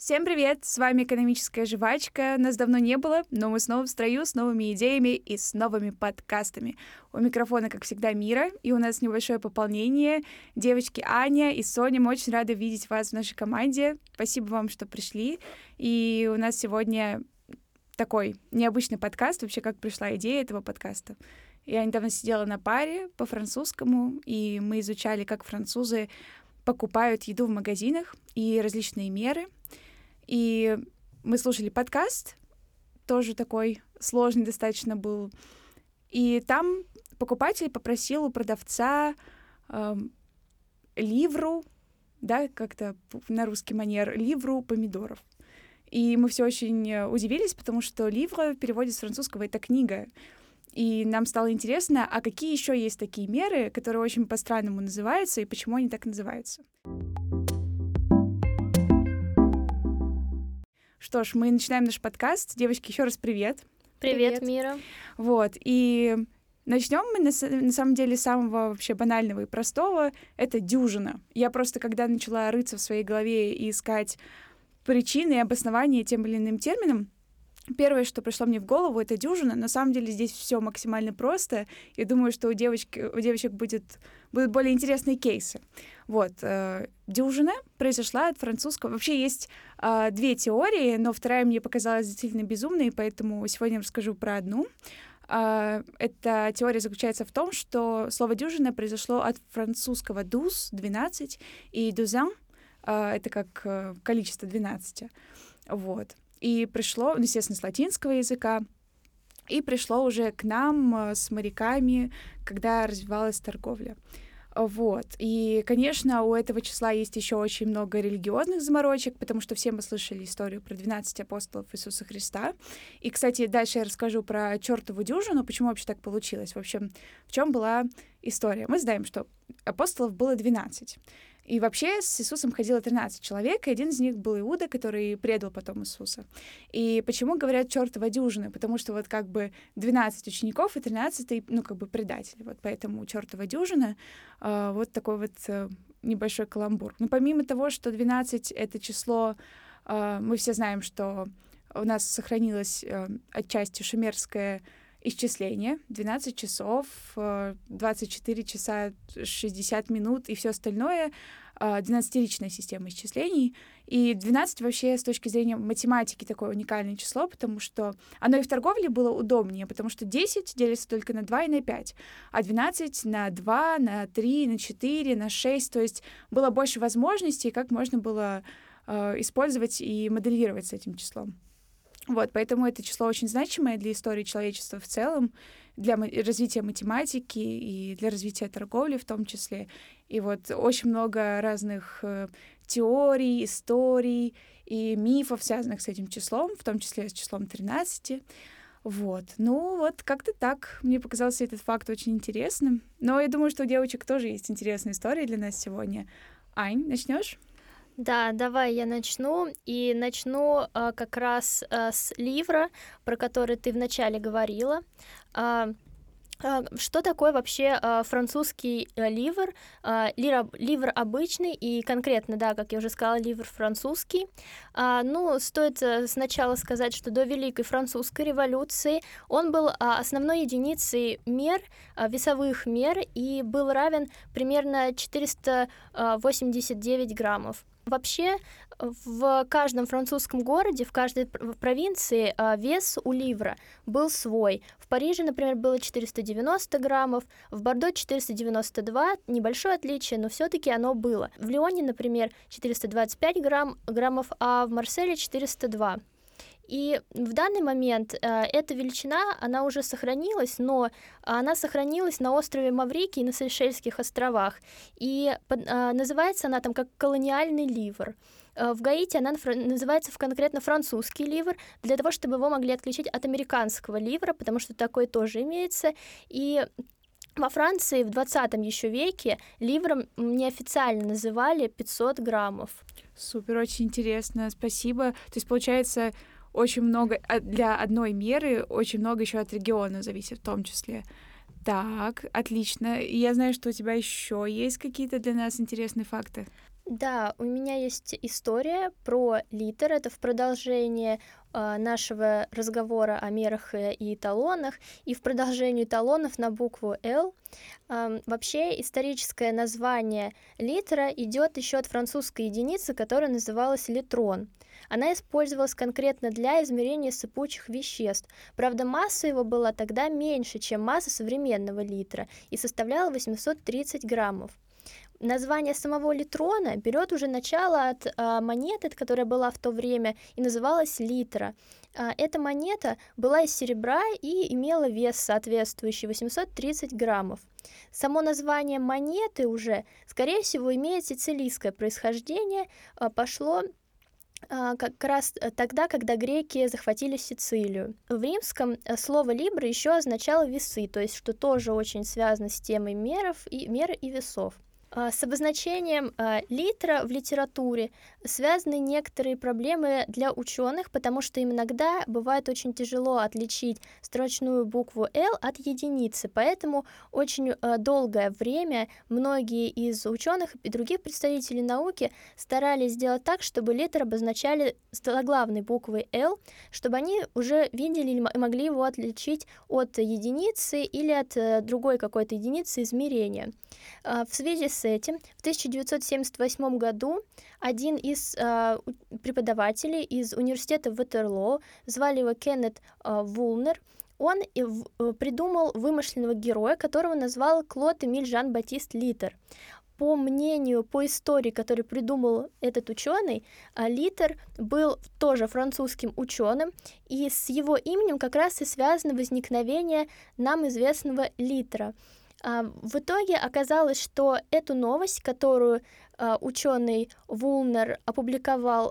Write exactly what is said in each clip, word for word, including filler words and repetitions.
Всем привет! С вами «Экономическая жвачка». Нас давно не было, но мы снова в строю с новыми идеями и с новыми подкастами. У микрофона, как всегда, Мира, и у нас небольшое пополнение. Девочки Аня и Соня, мы очень рады видеть вас в нашей команде. Спасибо вам, что пришли. И у нас сегодня такой необычный подкаст. Вообще, как пришла идея этого подкаста. Я недавно сидела на паре по французскому, и мы изучали, как французы покупают еду в магазинах и различные меры. И мы слушали подкаст, тоже такой сложный достаточно был. И там покупатель попросил у продавца э, ливру, да, как-то на русский манер, ливру помидоров. И мы все очень удивились, потому что ливра в переводе с французского — это книга. И нам стало интересно, а какие еще есть такие меры, которые очень по-странному называются, и почему они так называются. Что ж, мы начинаем наш подкаст. Девочки, еще раз привет. Привет, привет. Мира. Вот, и начнем мы на, на самом деле с самого вообще банального и простого. Это дюжина. Я просто, когда начала рыться в своей голове и искать причины и обоснования тем или иным терминам, первое, что пришло мне в голову, это дюжина. На самом деле здесь все максимально просто. Я думаю, что у, девочки, у девочек будет, будут более интересные кейсы. Вот. Э, дюжина произошла от французского. Вообще есть э, две теории, но вторая мне показалась действительно безумной, поэтому сегодня расскажу про одну. Э, эта теория заключается в том, что слово «дюжина» произошло от французского «douze» — двенадцать, и «douzain» э, — это как э, количество двенадцати. Вот. И пришло, естественно, с латинского языка, и пришло уже к нам с моряками, когда развивалась торговля. Вот. И, конечно, у этого числа есть еще очень много религиозных заморочек, потому что все мы слышали историю про двенадцать апостолов Иисуса Христа. И, кстати, дальше я расскажу про чертову дюжину, почему вообще так получилось. В общем, в чем была история? Мы знаем, что апостолов было двенадцать. И вообще с Иисусом ходило тринадцать человек, и один из них был Иуда, который предал потом Иисуса. И почему говорят чертова дюжина? Потому что вот как бы двенадцать учеников и тринадцатый, ну, как бы предатели. Вот поэтому чертова дюжина э, вот такой вот э, небольшой каламбур. Но помимо того, что двенадцать — это число, э, мы все знаем, что у нас сохранилось э, отчасти шумерское исчисление, двенадцать часов, двадцать четыре часа, шестьдесят минут и все остальное, двенадцатиричная система исчислений. И двенадцать вообще с точки зрения математики такое уникальное число, потому что оно и в торговле было удобнее, потому что десять делится только на два и на пять, а двенадцать на два, на три, на четыре, на шесть, то есть было больше возможностей, как можно было э, использовать и моделировать с этим числом. Вот, поэтому это число очень значимое для истории человечества в целом, для развития математики и для развития торговли в том числе. И вот очень много разных э, теорий, историй и мифов, связанных с этим числом, в том числе с числом тринадцать. Вот. Ну, вот как-то так. Мне показался этот факт очень интересным. Но я думаю, что у девочек тоже есть интересная история для нас сегодня. Ань, начнешь? Да, давай я начну. И начну а, как раз а, с ливра, про который ты вначале говорила. А, а, что такое вообще а, французский а, ливр? А, ливр? Ливр обычный и конкретно, да, как я уже сказала, ливр французский. А, ну, стоит сначала сказать, что до Великой Французской революции он был а, основной единицей мер, а, весовых мер, и был равен примерно четыреста восемьдесят девять граммов. Вообще, в каждом французском городе, в каждой провинции вес у ливра был свой. В Париже, например, было четыреста девяносто граммов, в Бордо четыреста девяносто два, небольшое отличие, но все-таки оно было. В Лионе, например, четыреста двадцать пять грамм, граммов, а в Марселе четыреста два. И в данный момент э, эта величина, она уже сохранилась, но она сохранилась на острове Маврикий, на Сейшельских островах, и под, э, называется она там как колониальный ливр. Э, в Гаити она фр- называется конкретно французский ливр, для того, чтобы его могли отличить от американского ливра, потому что такой тоже имеется, и во Франции в двадцатом еще веке ливром неофициально называли пятьсот граммов. Супер, очень интересно, спасибо. То есть, получается, очень много для одной меры, очень много еще от региона зависит в том числе. Так, отлично. И я знаю, что у тебя еще есть какие-то для нас интересные факты. Да, у меня есть история про литр. Это в продолжение а, нашего разговора о мерах э, и эталонах, и в продолжении эталонов на букву L. Ам, вообще историческое название литра идет еще от французской единицы, которая называлась литрон. Она использовалась конкретно для измерения сыпучих веществ. Правда, масса его была тогда меньше, чем масса современного литра, и составляла восемьсот тридцать граммов. Название самого литрона берет уже начало от а, монеты, которая была в то время и называлась литра. А, эта монета была из серебра и имела вес соответствующий восемьсот тридцать граммов. Само название монеты уже, скорее всего, имеет сицилийское происхождение, а, пошло а, как раз тогда, когда греки захватили Сицилию. В римском слово «либра» еще означало весы, то есть что тоже очень связано с темой меров и, мер и весов. С обозначением литра в литературе связаны некоторые проблемы для ученых, потому что им иногда бывает очень тяжело отличить строчную букву L от единицы, поэтому очень долгое время многие из ученых и других представителей науки старались сделать так, чтобы литр обозначали заглавной буквой L, чтобы они уже видели и могли его отличить от единицы или от другой какой-то единицы измерения. В связи с этим в тысяча девятьсот семьдесят восьмом году один из э, преподавателей из университета Ватерлоо, звали его Кеннет э, Вулнер, он и в, э, придумал вымышленного героя, которого назвал Клод Эмиль Жан-Батист Литр. По мнению, по истории, которую придумал этот ученый, Литр был тоже французским ученым, и с его именем как раз и связано возникновение нам известного литра. В итоге оказалось, что эту новость, которую ученый Вулнер опубликовал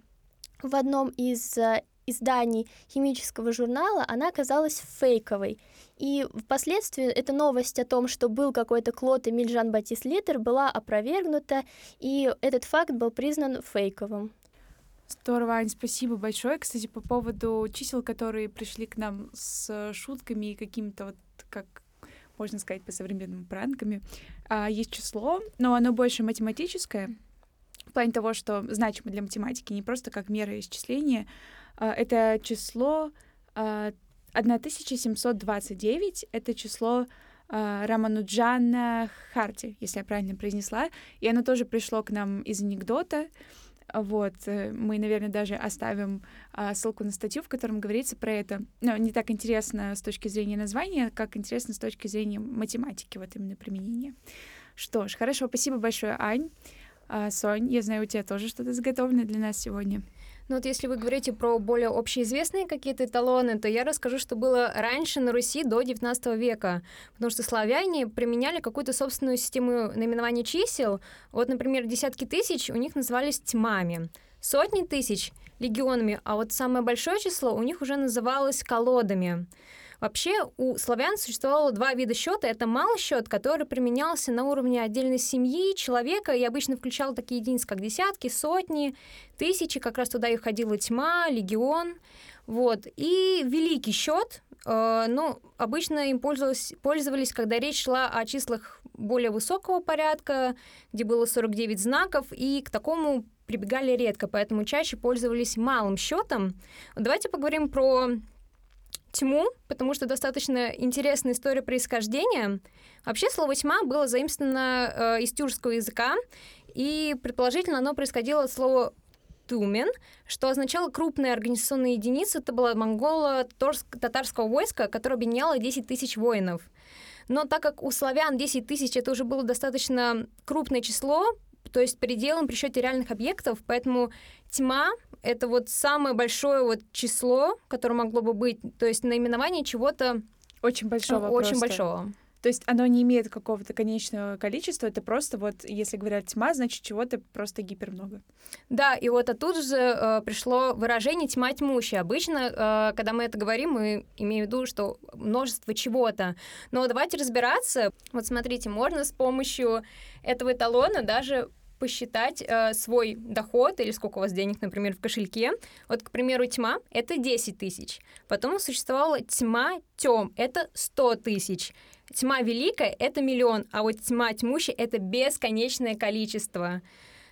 в одном из изданий химического журнала, она оказалась фейковой. И впоследствии эта новость о том, что был какой-то Клод Эмиль Жан-Батист Литр, была опровергнута, и этот факт был признан фейковым. Здорово, Ань, спасибо большое. Кстати, по поводу чисел, которые пришли к нам с шутками и какими-то вот, как можно сказать, по-современному пранками, а, есть число, но оно больше математическое, в плане того, что значимо для математики, не просто как мера исчисления. А, это число а, тысяча семьсот двадцать девять, это число а, Рамануджана Харти, если я правильно произнесла, и оно тоже пришло к нам из анекдота. Вот, мы, наверное, даже оставим а, ссылку на статью, в котором говорится про это. Но не так интересно с точки зрения названия, как интересно с точки зрения математики, вот именно применения. Что ж, хорошо, спасибо большое, Ань. А, Сонь, я знаю, у тебя тоже что-то заготовлено для нас сегодня. Ну вот если вы говорите про более общеизвестные какие-то эталоны, то я расскажу, что было раньше на Руси до девятнадцатого века, потому что славяне применяли какую-то собственную систему наименования чисел. Вот, например, десятки тысяч у них назывались тьмами, сотни тысяч — легионами, а вот самое большое число у них уже называлось колодами. Вообще у славян существовало два вида счета. Это малый счет, который применялся на уровне отдельной семьи, человека, и обычно включал такие единицы, как десятки, сотни, тысячи, как раз туда и входила тьма, легион. Вот. И великий счет, э, ну, обычно им пользовались, пользовались, когда речь шла о числах более высокого порядка, где было сорок девять знаков, и к такому прибегали редко, поэтому чаще пользовались малым счетом. Давайте поговорим про тьму, потому что достаточно интересная история происхождения. Вообще слово «тьма» было заимствовано э, из тюркского языка, и предположительно оно происходило от слова «тумен», что означало крупная организационная единица. Это было монголо-татарского войска, которое объединяло десять тысяч воинов. Но так как у славян десять тысяч это уже было достаточно крупное число, то есть пределом при счете реальных объектов, поэтому тьма — это вот самое большое вот число, которое могло бы быть, то есть наименование чего-то очень большого. Очень просто. большого. То есть оно не имеет какого-то конечного количества, это просто вот, если говорят тьма, значит чего-то просто гипермного. Да, и вот оттуда же э, пришло выражение «тьма тьмущая». Обычно, э, когда мы это говорим, мы имеем в виду, что множество чего-то. Но давайте разбираться. Вот смотрите, можно с помощью этого эталона даже посчитать э, свой доход или сколько у вас денег, например, в кошельке. Вот, к примеру, тьма — это десять тысяч. Потом существовала тьма тем — это сто тысяч. Тьма великая — это миллион, а вот тьма тьмущая — это бесконечное количество.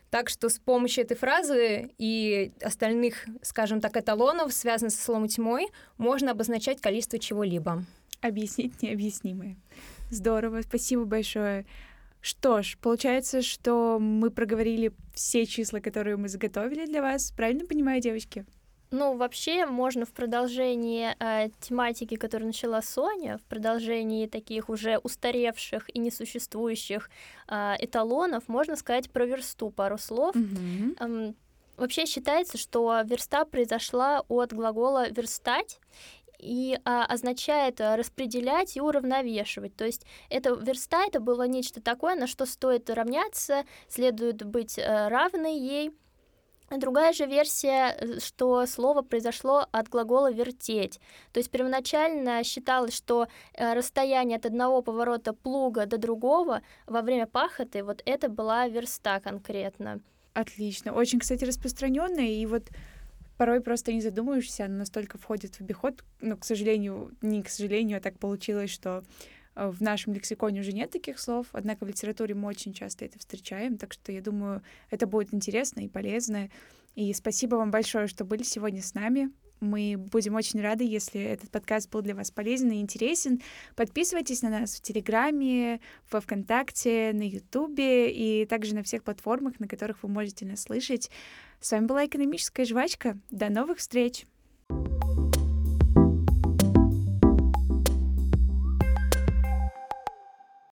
Так что с помощью этой фразы и остальных, скажем так, эталонов, связанных со словом «тьмой», можно обозначать количество чего-либо. Объяснить необъяснимое. Здорово, спасибо большое. Что ж, получается, что мы проговорили все числа, которые мы заготовили для вас. Правильно понимаю, девочки? Ну, вообще, можно в продолжении э, тематики, которую начала Соня, в продолжении таких уже устаревших и несуществующих э, эталонов, можно сказать про версту пару слов. Мгм. Эм, вообще считается, что верста произошла от глагола «верстать», и а, означает а, распределять и уравновешивать. То есть это верста, это было нечто такое, на что стоит равняться, следует быть а, равной ей. Другая же версия, что слово произошло от глагола «вертеть». То есть первоначально считалось, что э, расстояние от одного поворота плуга до другого во время пахоты, вот это была верста конкретно. Отлично. Очень, кстати, распространенная, и вот порой просто не задумываешься, она настолько входит в обиход. Но, к сожалению, не к сожалению, а так получилось, что э, в нашем лексиконе уже нет таких слов, однако в литературе мы очень часто это встречаем, так что я думаю, это будет интересно и полезно. И спасибо вам большое, что были сегодня с нами. Мы будем очень рады, если этот подкаст был для вас полезен и интересен. Подписывайтесь на нас в Телеграме, во Вконтакте, на Ютубе и также на всех платформах, на которых вы можете нас слышать. С вами была «Экономическая жвачка». До новых встреч!